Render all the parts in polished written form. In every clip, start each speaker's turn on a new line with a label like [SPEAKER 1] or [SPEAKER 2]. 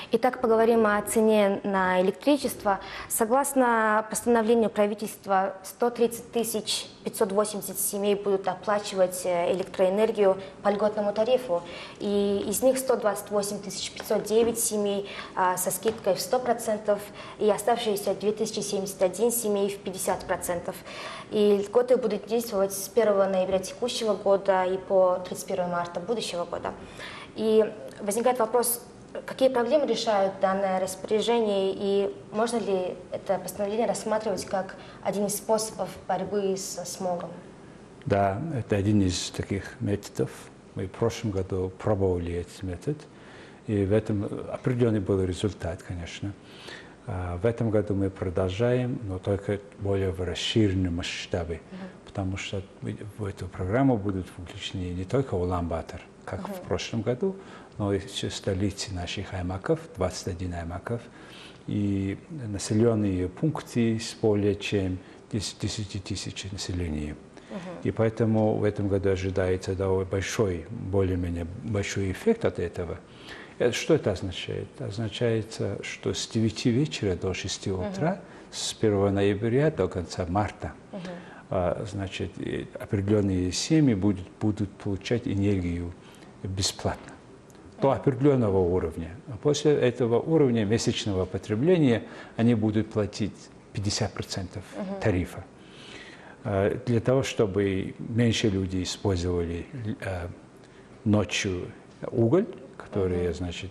[SPEAKER 1] Итак, поговорим о цене на электричество. Согласно постановлению правительства, 130 580 семей будут оплачивать электроэнергию по льготному тарифу. И из них 128 509 семей со скидкой в 100%, и оставшиеся 2071 семей в 50%. И льготы будут действовать с 1 ноября текущего года и по 31 марта будущего года. И возникает вопрос, какие проблемы решают данное распоряжение, и можно ли это постановление рассматривать как один из способов борьбы со смогом?
[SPEAKER 2] Да, это один из таких методов. Мы в прошлом году пробовали этот метод, и в этом определенный был результат, конечно. В этом году мы продолжаем, но только более в расширенном масштабе, потому что в эту программу будут включены не только Улан-Батор, как в прошлом году, но и все столицы наших аймаков, 21 аймаков, и населенные пункты с более чем 10 тысяч населения. И поэтому в этом году ожидается большой, более-менее большой эффект от этого. Что это означает? Означает, что с 9 вечера до 6 утра, с 1 ноября до конца марта, значит, определенные семьи будут получать энергию бесплатно до определенного уровня. А после этого уровня месячного потребления они будут платить 50% тарифа. Для того, чтобы меньше людей использовали ночью уголь, которые, значит,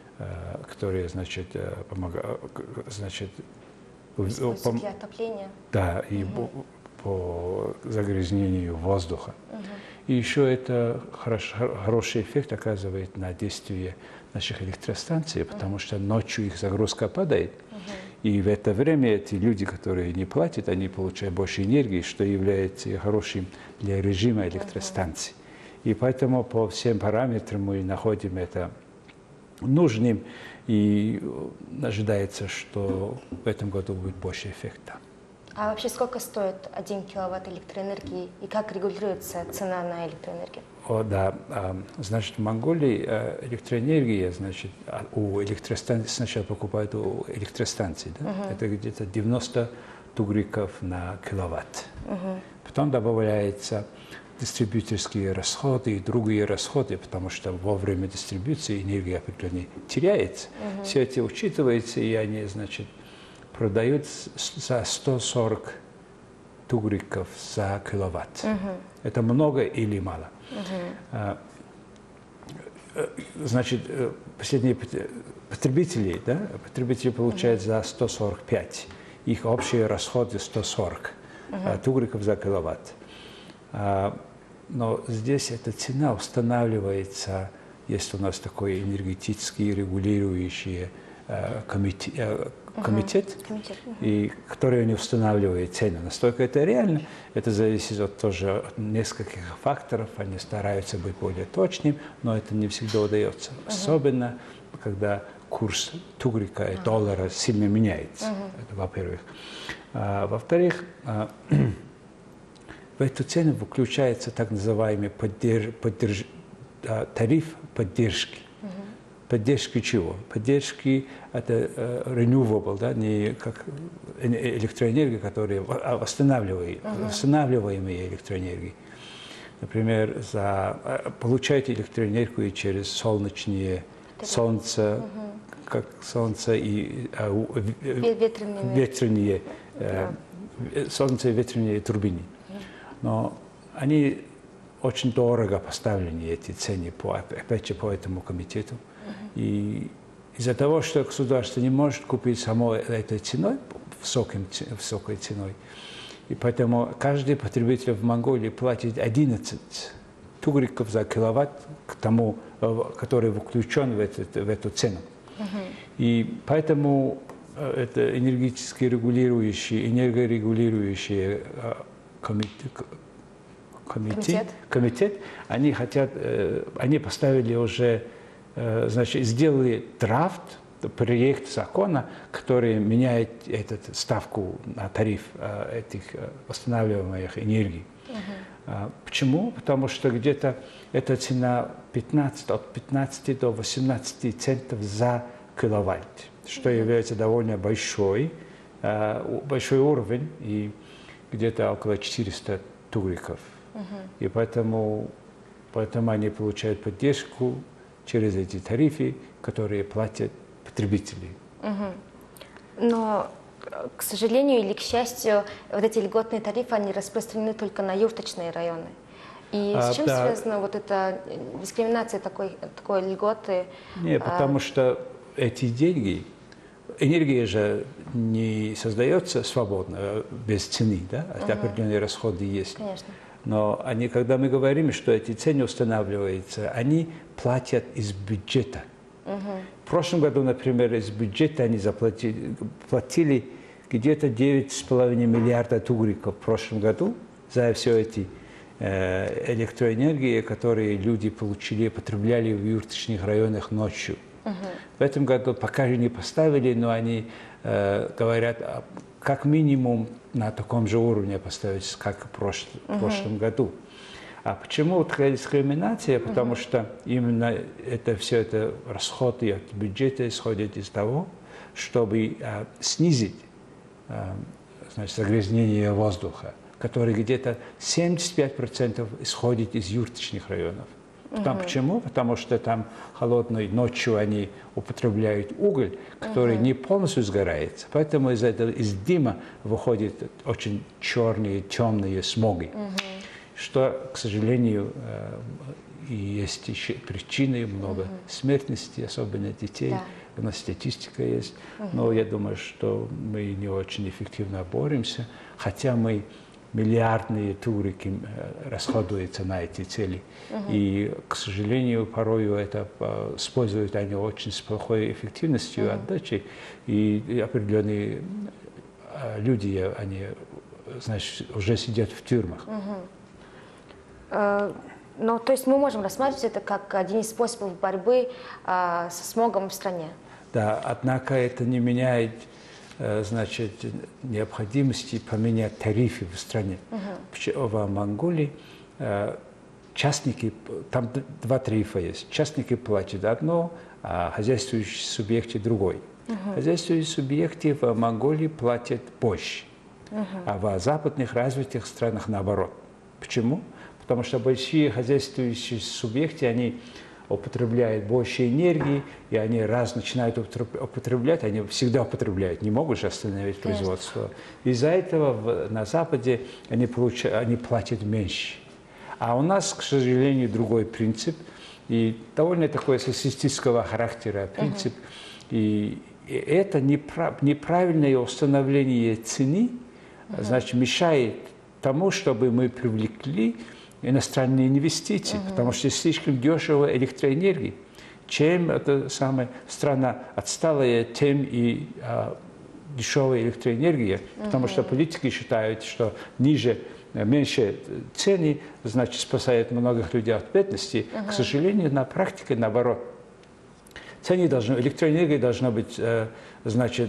[SPEAKER 2] помогают, значит,
[SPEAKER 1] для отопления.
[SPEAKER 2] Да, и по загрязнению воздуха. И еще это хороший эффект оказывает на действие наших электростанций, потому что ночью их загрузка падает, и в это время эти люди, которые не платят, они получают больше энергии, что является хорошим для режима электростанций. И поэтому по всем параметрам мы находим это нужным, и ожидается, что в этом году будет больше эффекта.
[SPEAKER 1] А вообще сколько стоит 1 киловатт электроэнергии и как регулируется цена на электроэнергию?
[SPEAKER 2] Да, значит, в Монголии электроэнергия, значит, у электростанций сначала покупают у электростанций, да? Это где-то 90 тугриков на киловатт. Потом добавляется дистрибьюторские расходы и другие расходы, потому что во время дистрибуции энергия определенно теряется. Все это учитывается, и они, значит, продают за 140 тугриков за киловатт. Это много или мало? Значит, последние потребители, да, потребители получают за 145. Их общие расходы 140 тугриков за киловатт. Но здесь эта цена устанавливается, если у нас такой энергетический регулирующий комитет, и который не устанавливает цену. Настолько это реально, это зависит тоже от нескольких факторов, они стараются быть более точным, но это не всегда удается. Особенно, когда курс тугрика и доллара сильно меняется, это во-первых. Во-вторых, в эту цену включается так называемый тариф поддержки. Поддержки чего? Поддержки это renewable, да, не как электроэнергия, которая восстанавливаемая электроэнергия. Например, получаете электроэнергию через солнце, как солнце и ветряные солнце и ветряные турбины. Но они очень дорого поставлены, эти цены, опять же, по этому комитету. И из-за того, что государство не может купить само этой ценой, высокой ценой, и поэтому каждый потребитель в Монголии платит 11 тугриков за киловатт к тому, который включен в эту цену. И поэтому это энергорегулирующий комитет, они поставили уже, значит, сделали драфт, проект закона, который меняет ставку на тариф этих восстанавливаемых энергий. Почему? Потому что где-то эта цена от 15 до 18 центов за киловатт, что является довольно большой уровень, и где-то около 400 туриков. И поэтому они получают поддержку через эти тарифы, которые платят потребители.
[SPEAKER 1] Но, к сожалению или к счастью, вот эти льготные тарифы, они распространены только на юрточные районы. И с чем связана вот эта дискриминация такой льготы?
[SPEAKER 2] Нет, потому что эти деньги, энергия же не создается свободно, без цены, да? Определенные расходы есть.
[SPEAKER 1] Конечно.
[SPEAKER 2] Но когда мы говорим, что эти цены устанавливаются, они платят из бюджета. В прошлом году, например, из бюджета они платили где-то 9,5 миллиарда тугриков в прошлом году за все эти электроэнергии, которые люди получили, потребляли в юрточных районах ночью. В этом году пока же не поставили, но они говорят, как минимум на таком же уровне поставить, как в прошлом году. А почему такая дискриминация? Потому что именно все это расходы от бюджета исходят из того, чтобы снизить загрязнение воздуха, который где-то 75% исходит из юрточных районов. Почему? Потому что там холодной ночью они употребляют уголь, который не полностью сгорается. Поэтому из дыма выходят очень черные, темные смоги. Что, к сожалению, и есть еще причины, много смертности, особенно детей.
[SPEAKER 1] Да.
[SPEAKER 2] У нас статистика есть. Но я думаю, что мы не очень эффективно боремся, хотя миллиардные турики расходуются на эти цели. И, к сожалению, порой это используют они очень с плохой эффективностью отдачи. И определенные люди, они, значит, уже сидят в тюрьмах.
[SPEAKER 1] Ну, то есть мы можем рассматривать это как один из способов борьбы со смогом в стране.
[SPEAKER 2] Да, однако это не меняет, значит, необходимости поменять тарифы в стране. В Монголии частники, там два тарифа есть. Частники платят одно, а хозяйствующие субъекты другой. Хозяйствующие субъекты в Монголии платят больше, а в западных развитых странах наоборот. Почему? Потому что большие хозяйствующие субъекты, они употребляют больше энергии, и они начинают употреблять, они всегда употребляют, не могут же остановить производство. Из-за этого на Западе они платят меньше. А у нас, к сожалению, другой принцип, и довольно такой социалистического характера принцип. И это неправильное установление цены, значит, мешает тому, чтобы мы привлекли иностранные инвестиции, потому что слишком дешево электроэнергии. Чем эта самая страна отсталая, тем и дешевая электроэнергия, потому что политики считают, что меньше цены, значит, спасает многих людей от бедности. К сожалению, на практике наоборот. Электроэнергия должна быть, значит,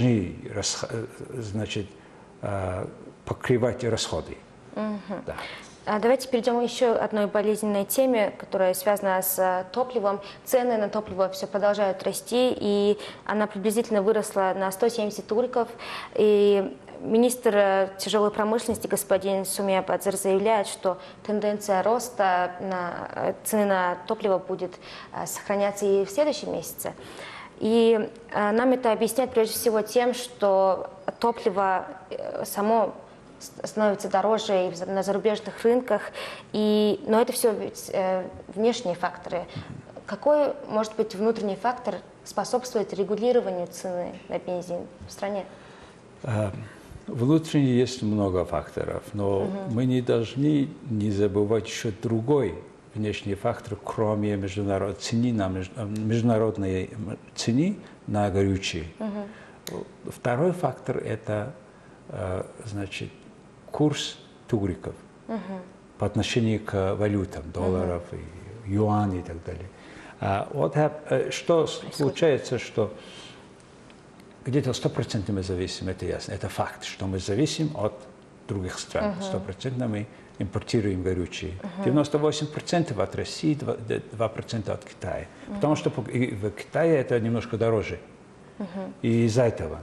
[SPEAKER 2] покрывать расходы. Да.
[SPEAKER 1] Давайте перейдем к еще одной болезненной теме, которая связана с топливом. Цены на топливо все продолжают расти, и она приблизительно выросла на 170 туриков. И министр тяжелой промышленности господин Сумия Бадзыр заявляет, что тенденция роста цены на топливо будет сохраняться и в следующем месяце. И нам это объясняет прежде всего тем, что топливо само становится дороже и на зарубежных рынках, но это все ведь внешние факторы. Какой может быть внутренний фактор способствует регулированию цены на бензин в стране?
[SPEAKER 2] Внутренне есть много факторов, но мы не должны не забывать еще другой внешний фактор, кроме международной цены на горючее. Второй фактор – это, значит, курс тугриков по отношению к валютам, долларов, и юаней и так далее. Вот что получается, что где-то 100% мы зависим, это ясно, это факт, что мы зависим от других стран, 100% мы импортируем горючее. 98% от России, 2% от Китая. Потому что в Китае это немножко дороже. И из-за этого.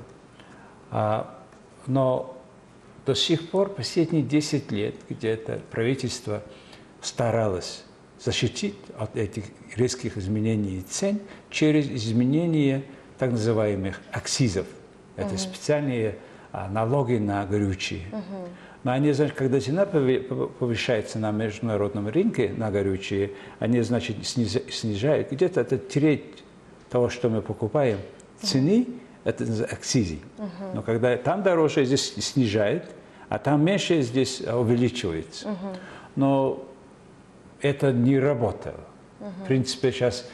[SPEAKER 2] Но до сих пор, последние 10 лет, где-то правительство старалось защитить от этих резких изменений цен через изменение так называемых акцизов. Это специальные налоги на горючее. Но они, значит, когда цена повышается на международном рынке на горючее, они, значит, снижают где-то это треть того, что мы покупаем, цены, это акцизы. Но когда там дороже, здесь снижает, а там меньше, здесь увеличивается. Но это не работало. В принципе, сейчас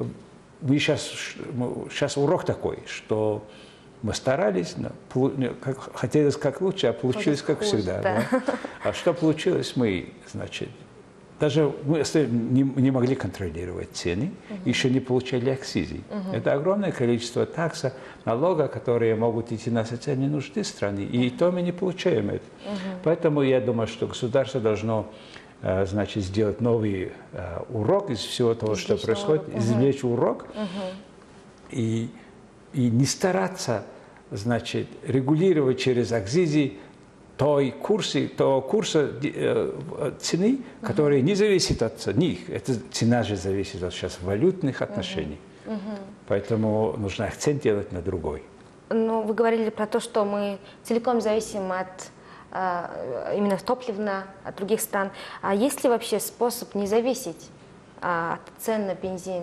[SPEAKER 2] урок такой, что мы старались, хотелось как лучше, а получилось как всегда. Да. А что получилось, мы, значит, даже мы не могли контролировать цены, еще не получали акцизы. Это огромное количество такса, налога, которые могут идти на социальные нужды страны, и то мы не получаем это. Поэтому я думаю, что государство должно, значит, сделать новый урок из всего того, что происходит, извлечь урок и не стараться, значит, регулировать через акцизы того курса цены, который не зависит от них. Эта цена же зависит от сейчас валютных отношений. Поэтому нужно акцент делать на другой.
[SPEAKER 1] Ну, вы говорили про то, что мы целиком зависим от именно топливно от других стран. А есть ли вообще способ не зависеть от цен на бензин?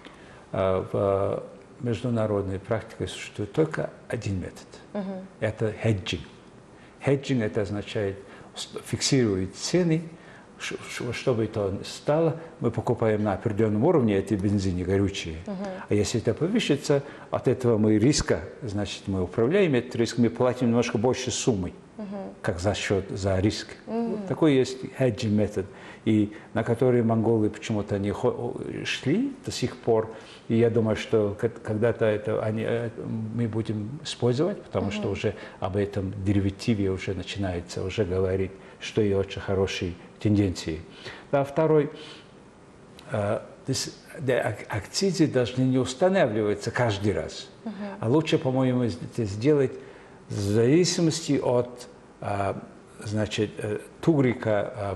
[SPEAKER 2] В международной практике существует только один метод. Это хеджинг. Хеджинг это означает фиксирует цены, чтобы это стало, мы покупаем на определенном уровне эти бензины горючие. А если это повысится, от этого мы риска, значит, мы управляем этот риск, мы платим немножко больше суммы, как за риск. Вот такой есть хеджинг метод, и на который монголы почему-то не шли до сих пор. И я думаю, что когда-то это мы будем использовать, потому что уже об этом деривативе уже начинается уже говорить, что и очень хорошие тенденции. А второй, акцизы должны не устанавливаться каждый раз, а лучше, по-моему, это сделать в зависимости от, значит, тугрика,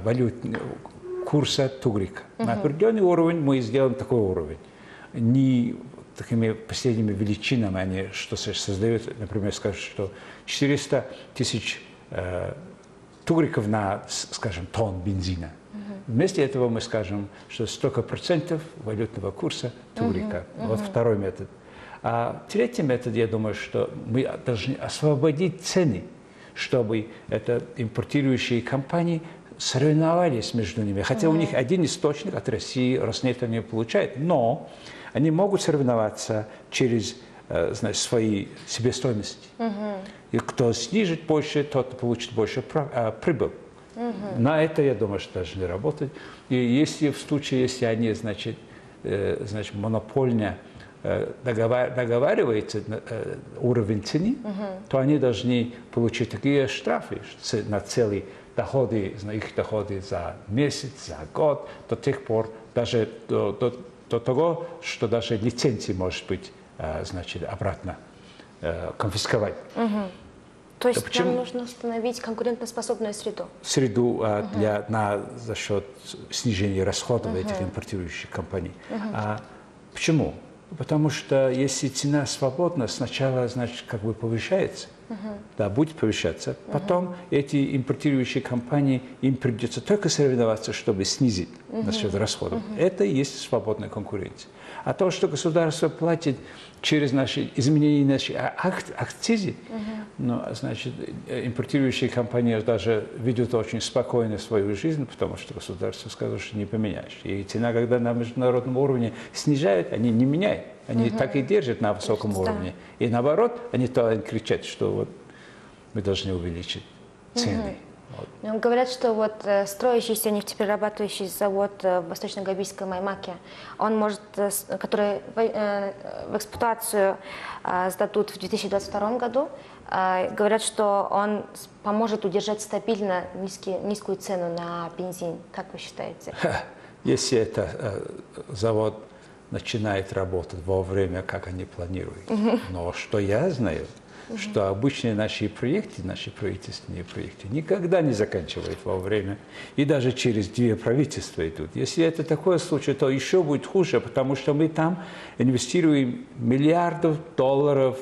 [SPEAKER 2] курса тугрика. На определенный уровень мы сделаем такой уровень. Не такими последними величинами, они что создают, например, скажут, что 400 тысяч тугриков на, скажем, тонн бензина. Вместо этого мы скажем, что столько процентов валютного курса тугрика. Вот второй метод. А третий метод, я думаю, что мы должны освободить цены, чтобы импортирующие компании соревновались между ними. Хотя у них один источник от России, Роснефть не получает, но они могут соревноваться через, значит, свои себестоимости. И кто снижит больше, тот получит больше прибыль. На это, я думаю, что должны работать. И если в случае, если они, значит, монопольно договариваются уровень цены, то они должны получить такие штрафы на целые доходы, их доходы за месяц, за год, до тех пор, даже до того, что даже лицензии может быть, значит, обратно конфисковать.
[SPEAKER 1] То есть нам нужно установить конкурентоспособную среду?
[SPEAKER 2] Среду за счет снижения расходов этих импортирующих компаний. Почему? Потому что если цена свободна, сначала, значит, как бы повышается, да, будет повышаться, потом эти импортирующие компании, им придется только соревноваться, чтобы снизить насчет расходов. Это и есть свободная конкуренция. А то, что государство платит через наши изменения наших акцизы, ну, значит, импортирующие компании даже ведут очень спокойно свою жизнь, потому что государство сказало, что не поменяешь. И цена, когда на международном уровне снижают, они не меняют. Они так и держат на высоком уровне. И наоборот, они то кричат, что вот мы должны увеличить цены.
[SPEAKER 1] Ну, говорят, что вот строящийся нефтеперерабатывающий завод в Восточно-Габийской Маймаке, он может, который в эксплуатацию сдадут в 2022 году, говорят, что он поможет удержать стабильно низкую цену на бензин. Как вы считаете?
[SPEAKER 2] Если это завод начинает работать во время, как они планируют. Но что я знаю, что обычные наши проекты, наши правительственные проекты, никогда не заканчивают во время, и даже через 2 правительства идут. Если это такой случай, то еще будет хуже, потому что мы там инвестируем миллиардов долларов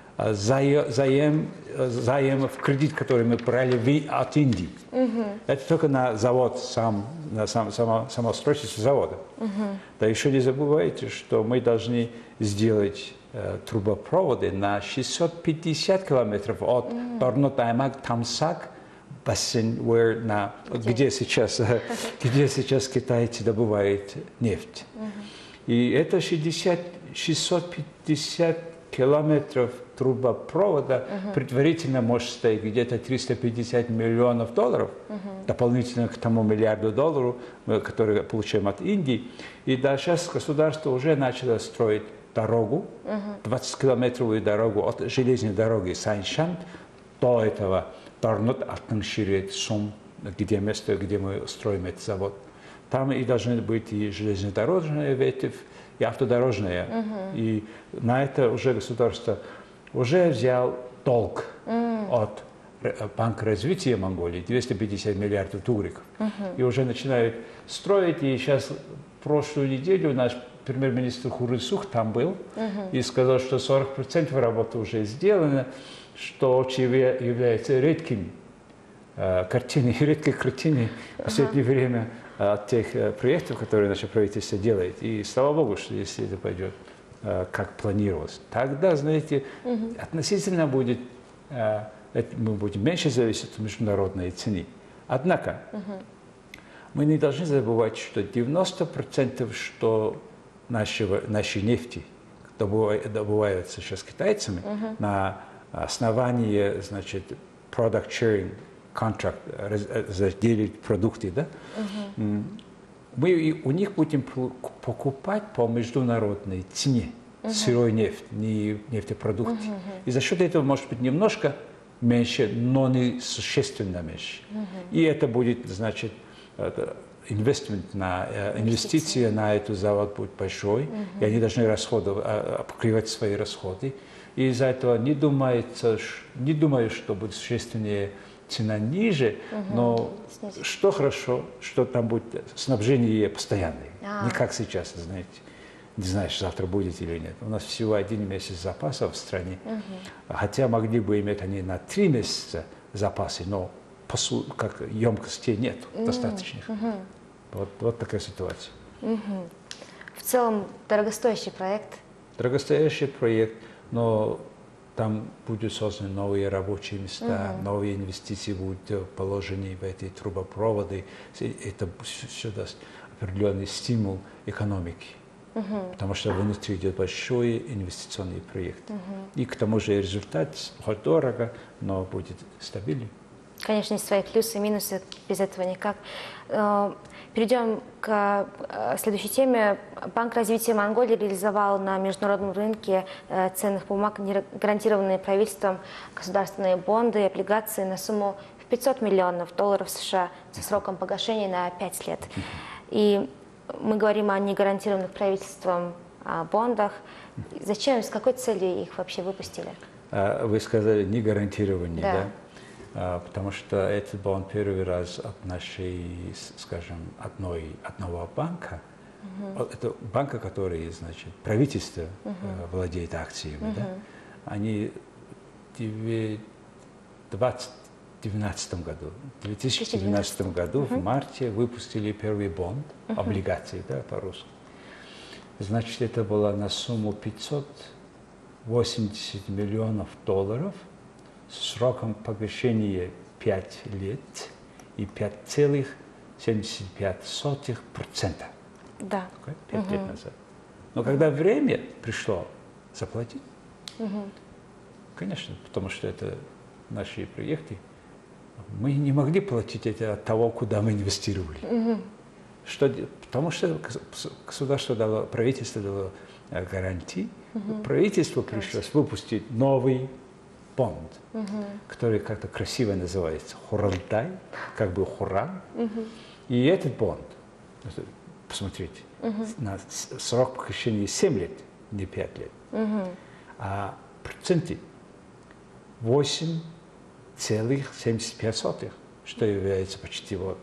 [SPEAKER 2] заемов, кредит, который мы брали от Индии. Это только на завод, на само строительство завода. Да еще не забывайте, что мы должны сделать трубопроводы на 650 километров от Торнот-Аймак-Тамсак, бассейн, где сейчас китайцы добывают нефть. И это 650 километров трубопровода предварительно может стоить где-то 350 миллионов долларов, дополнительно к тому миллиарду долларов, который получаем от Индии. И да, сейчас государство уже начало строить дорогу, 20-километровую дорогу от железной дороги Сайшан до этого Торнот-Алтанширет-Сум, где место, где мы строим этот завод. Там и должны быть и железнодорожная ветвь, и автодорожная. И на это уже государство уже взял долг от Банка развития Монголии, 250 миллиардов тугриков. И уже начинают строить. И сейчас, прошлую неделю, наш премьер-министр Хурысух там был и сказал, что 40% работы уже сделано, что является редкой картиной в последнее время от тех проектов, которые наше правительство делает. И слава Богу, что если это пойдет как планировалось, тогда, знаете, относительно будет, мы будем меньше зависеть от международной цены. Однако, мы не должны забывать, что 90% что нашей нефти добывается сейчас китайцами на основании, значит, product sharing contract, разделить продукты, да? Мы у них будем покупать по международной цене сырой нефть, не нефтепродукты. И за счет этого может быть немножко меньше, но не существенно меньше. И это будет, значит, инвестиция на этот завод будет большой, и они должны покрывать свои расходы. И из-за этого не думаю, что будет существеннее цена ниже, но что хорошо, что там будет снабжение постоянное. Не как сейчас, знаете. Не знаешь, завтра будет или нет. У нас всего 1 месяц запасов в стране. Хотя могли бы иметь они на 3 месяца запасы, но как емкостей нет достаточных. Вот такая ситуация.
[SPEAKER 1] В целом дорогостоящий проект.
[SPEAKER 2] Дорогостоящий проект, но там будут созданы новые рабочие места, новые инвестиции будут положены в эти трубопроводы. Это все даст определенный стимул экономики. Потому что внутри идет большой инвестиционный проект. И к тому же результат хоть дорого, но будет стабильный.
[SPEAKER 1] Конечно, есть свои плюсы и минусы, без этого никак. Перейдем к следующей теме. Банк развития Монголии реализовал на международном рынке ценных бумаг, гарантированные правительством, государственные бонды и облигации на сумму в $500 миллионов США со сроком погашения на 5 лет. И мы говорим о негарантированных правительством бондах. Зачем, с какой целью их вообще выпустили?
[SPEAKER 2] Вы сказали негарантированные, да? Потому что этот бонд первый раз от нашей, скажем, одного банка, это банка, который, значит, правительство владеет акциями, да? Они в 2012 году в марте выпустили первый бонд, облигации, да, по-русски. Значит, это было на сумму $580 миллионов с сроком погашения 5 лет и 5,75%.
[SPEAKER 1] Да.
[SPEAKER 2] 5 лет назад. Но когда время пришло заплатить, конечно, потому что это наши проекты, мы не могли платить это от того, куда мы инвестировали. Потому что государство дало, правительство дало гарантии, правительству пришлось выпустить новый бонд, который как-то красиво называется Хуралтай, как бы Хуран. И этот бонд, посмотрите, на срок погашения 7 лет, не 5 лет, а проценты 8,75, что является почти вот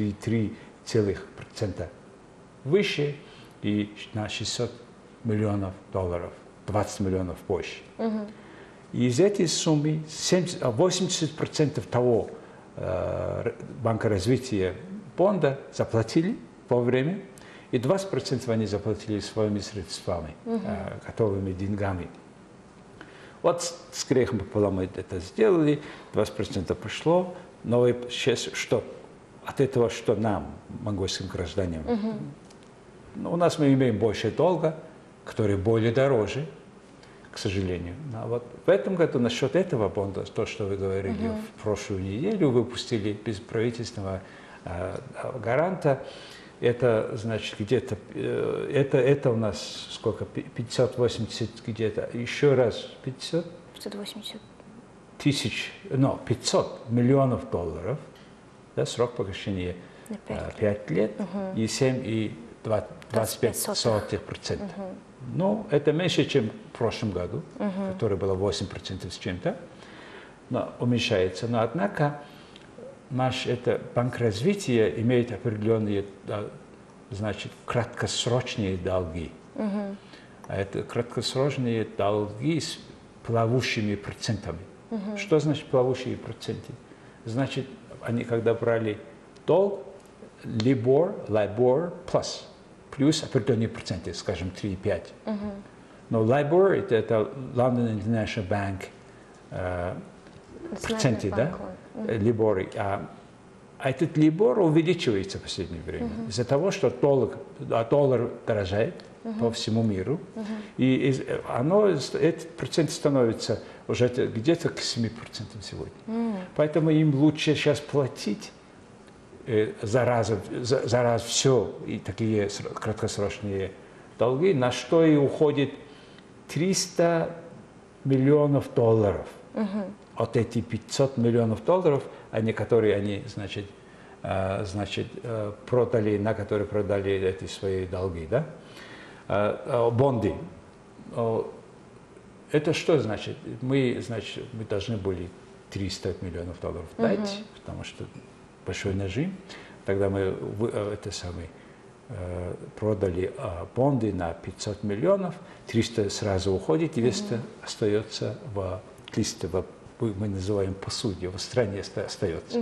[SPEAKER 2] 3,3% выше и на 600 миллионов долларов, 20 миллионов больше. И из этой суммы 80% того Банка развития бонда заплатили вовремя, и 20% они заплатили своими средствами, готовыми деньгами. Вот с грехом пополам мы это сделали, 20% пошло, но сейчас что? От этого что нам, монгольским гражданам? Ну, у нас мы имеем больше долга, который более дороже, к сожалению. А вот в этом году насчет этого бонда, то, что вы говорили, в прошлую неделю выпустили без правительственного гаранта, это значит где-то, это у нас сколько, 580 где-то, еще раз
[SPEAKER 1] 580
[SPEAKER 2] тысяч, 500 миллионов долларов, да, срок погашения 5 лет и 7,25%. Ну, это меньше, чем в прошлом году, который было 8% с чем-то, но уменьшается. Но, однако, наш Банк развития имеет определенные, значит, краткосрочные долги. А это краткосрочные долги с плавающими процентами. Что значит плавающие проценты? Значит, они когда брали долг, LIBOR плюс определенные проценты, скажем, 3,5. Но LIBOR это London International Bank проценты, да? LIBOR. А этот LIBOR увеличивается в последнее время из-за того, что доллар дорожает по всему миру. И этот процент становится уже где-то к 7% сегодня. Поэтому им лучше сейчас платить за раз все и такие краткосрочные долги, на что и уходит 300 миллионов долларов. От этих 500 миллионов долларов, которые они, значит, продали, на которые продали эти свои долги, да? Бонды. Это что значит? Мы должны были 300 миллионов долларов дать, потому что большой нажим. Тогда мы продали бонды на 500 миллионов, 300 сразу уходит, 200 остается в 300, мы называем посуде, в стране остается.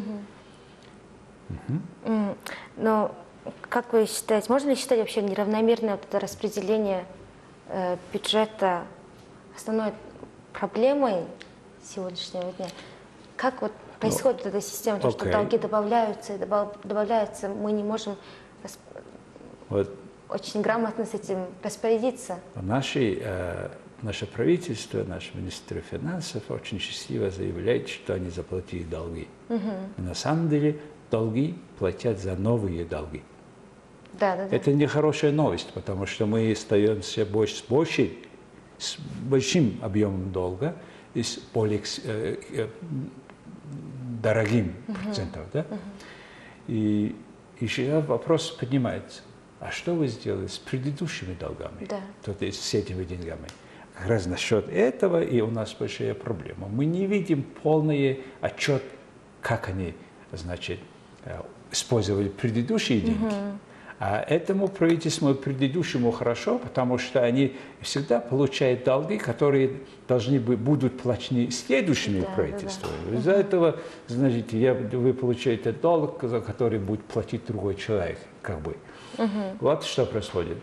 [SPEAKER 1] Но как вы считаете, можно ли считать вообще неравномерное вот это распределение бюджета основной проблемой сегодняшнего дня? Как вот происходит эта система, то, что долги добавляются и добавляются, мы не можем очень грамотно с этим распорядиться?
[SPEAKER 2] Наше правительство, наш министр финансов очень счастливо заявляет, что они заплатили долги. На самом деле долги платят за новые долги. Это не хорошая новость, потому что мы остаемся с большим объемом долга и с более дорогим процентом. Да? И еще вопрос поднимается, а что вы сделали с предыдущими долгами, то есть с этими деньгами? Как раз насчет этого и у нас большая проблема. Мы не видим полный отчет, как они, значит, использовали предыдущие деньги. А этому правительству предыдущему хорошо, потому что они всегда получают долги, которые будут плачены следующими правительствами. Из-за этого, значит, вы получаете долг, за который будет платить другой человек, как бы. Вот что происходит.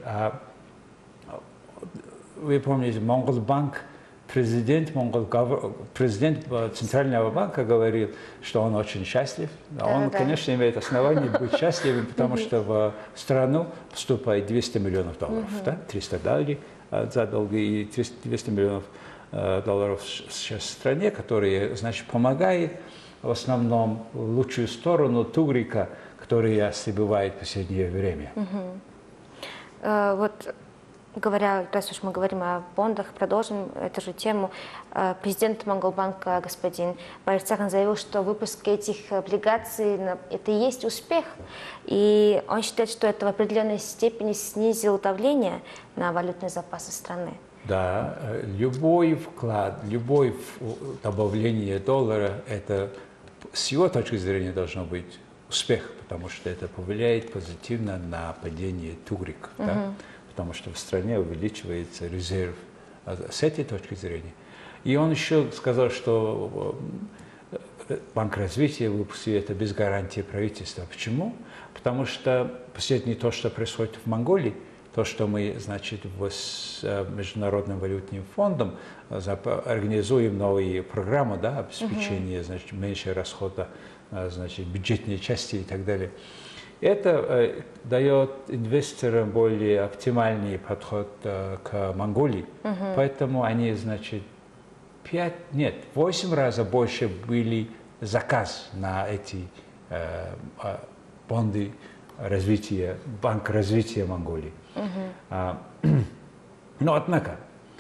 [SPEAKER 2] Вы помните, Монголбанк, президент Центрального банка говорил, что он очень счастлив. Он, конечно, имеет основание быть счастливым, потому что в страну поступает 200 миллионов долларов. 300 дали за долги и 200 миллионов долларов сейчас в стране, которые, значит, помогает в основном лучшую сторону тугрика, который бывает в последнее время.
[SPEAKER 1] Вот говоря, раз уж мы говорим о бондах, продолжим эту же тему. Президент Монголбанка господин Бахир Цахан заявил, что выпуск этих облигаций – это и есть успех. И он считает, что это в определенной степени снизило давление на валютные запасы страны.
[SPEAKER 2] Да, любой вклад, любое добавление доллара, это с его точки зрения должно быть успех, потому что это повлияет позитивно на падение тугрика. Да? Потому что в стране увеличивается резерв с этой точки зрения. И он еще сказал, что Банк развития выпустил это без гарантии правительства. Почему? Потому что последнее то, что происходит в Монголии, то, что мы, значит, с Международным валютным фондом организуем новые программы, да, обеспечения, значит, меньше расхода, значит, бюджетные части и так далее. Это дает инвесторам более оптимальный подход к Монголии. Поэтому они, значит, 8 раз больше были заказ на эти бонды развития, Банк развития Монголии. Но, однако,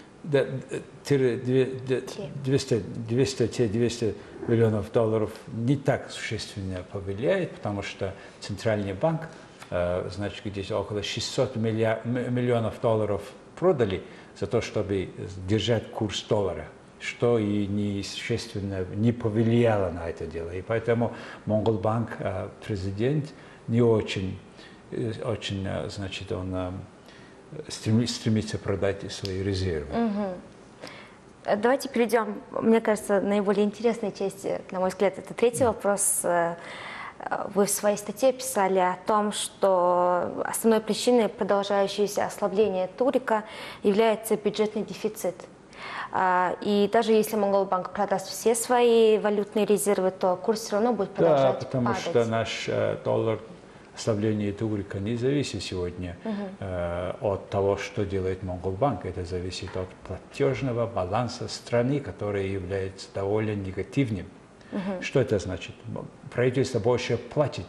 [SPEAKER 2] 200 миллионов долларов не так существенно повлияет, потому что Центральный банк, значит, где-то около 600 миллионов долларов продали за то, чтобы держать курс доллара, что и несущественно не повлияло на это дело. И поэтому Монголбанк, президент, не очень, значит, он стремится продать свои резервы.
[SPEAKER 1] Давайте перейдем, мне кажется, наиболее интересной части, на мой взгляд, это третий вопрос. Вы в своей статье писали о том, что основной причиной продолжающегося ослабления тугрика является бюджетный дефицит. И даже если Монголбанк продаст все свои валютные резервы, то курс все равно будет продолжать падать.
[SPEAKER 2] Да, потому что наш доллар, ослабление тугрика не зависит сегодня от того, что делает Монголбанк. Это зависит от платежного баланса страны, который является довольно негативным. Что это значит? Правительство больше платит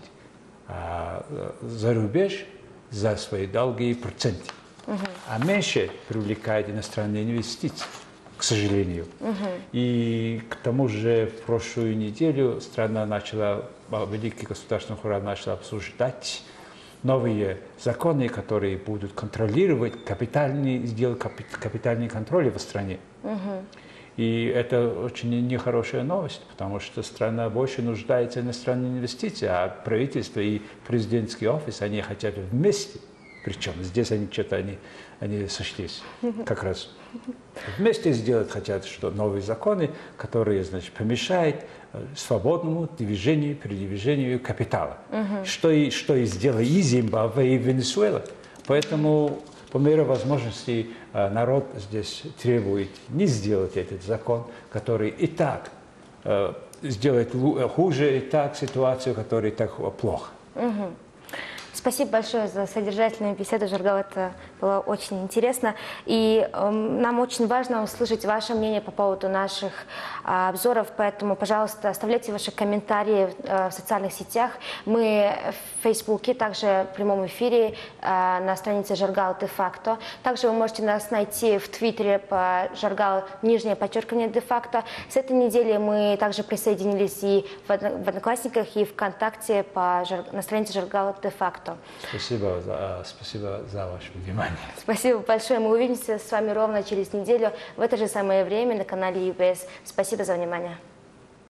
[SPEAKER 2] за рубеж за свои долги и проценты, а меньше привлекает иностранные инвестиции, к сожалению. И к тому же в прошлую неделю страна начала, Великий государственный храм начал обсуждать новые законы, которые будут контролировать сделать капитальный контроль в стране. И это очень нехорошая новость, потому что страна больше нуждается в иностранных инвестициях, а правительство и президентский офис, они хотят вместе. Причем здесь они что-то они сошлись как раз. Вместе сделать хотят что новые законы, которые, значит, помешают свободному движению, передвижению капитала. Что и сделали и Зимбабве, и Венесуэла. Поэтому по мере возможностей народ здесь требует не сделать этот закон, который и так сделает хуже, и так ситуацию, которая так плохо.
[SPEAKER 1] Спасибо большое за содержательную беседу, Жаргал. Это было очень интересно. И нам очень важно услышать ваше мнение по поводу наших обзоров. Поэтому, пожалуйста, оставляйте ваши комментарии в социальных сетях. Мы в Фейсбуке, также в прямом эфире на странице Жаргал де-факто. Также вы можете нас найти в Твиттере по Жаргал _, де-факто. С этой недели мы также присоединились и в Одноклассниках, и ВКонтакте на странице Жаргал де-факто.
[SPEAKER 2] Спасибо за ваше внимание.
[SPEAKER 1] Спасибо большое. Мы увидимся с вами ровно через неделю в это же самое время на канале ЮБС. Спасибо за внимание.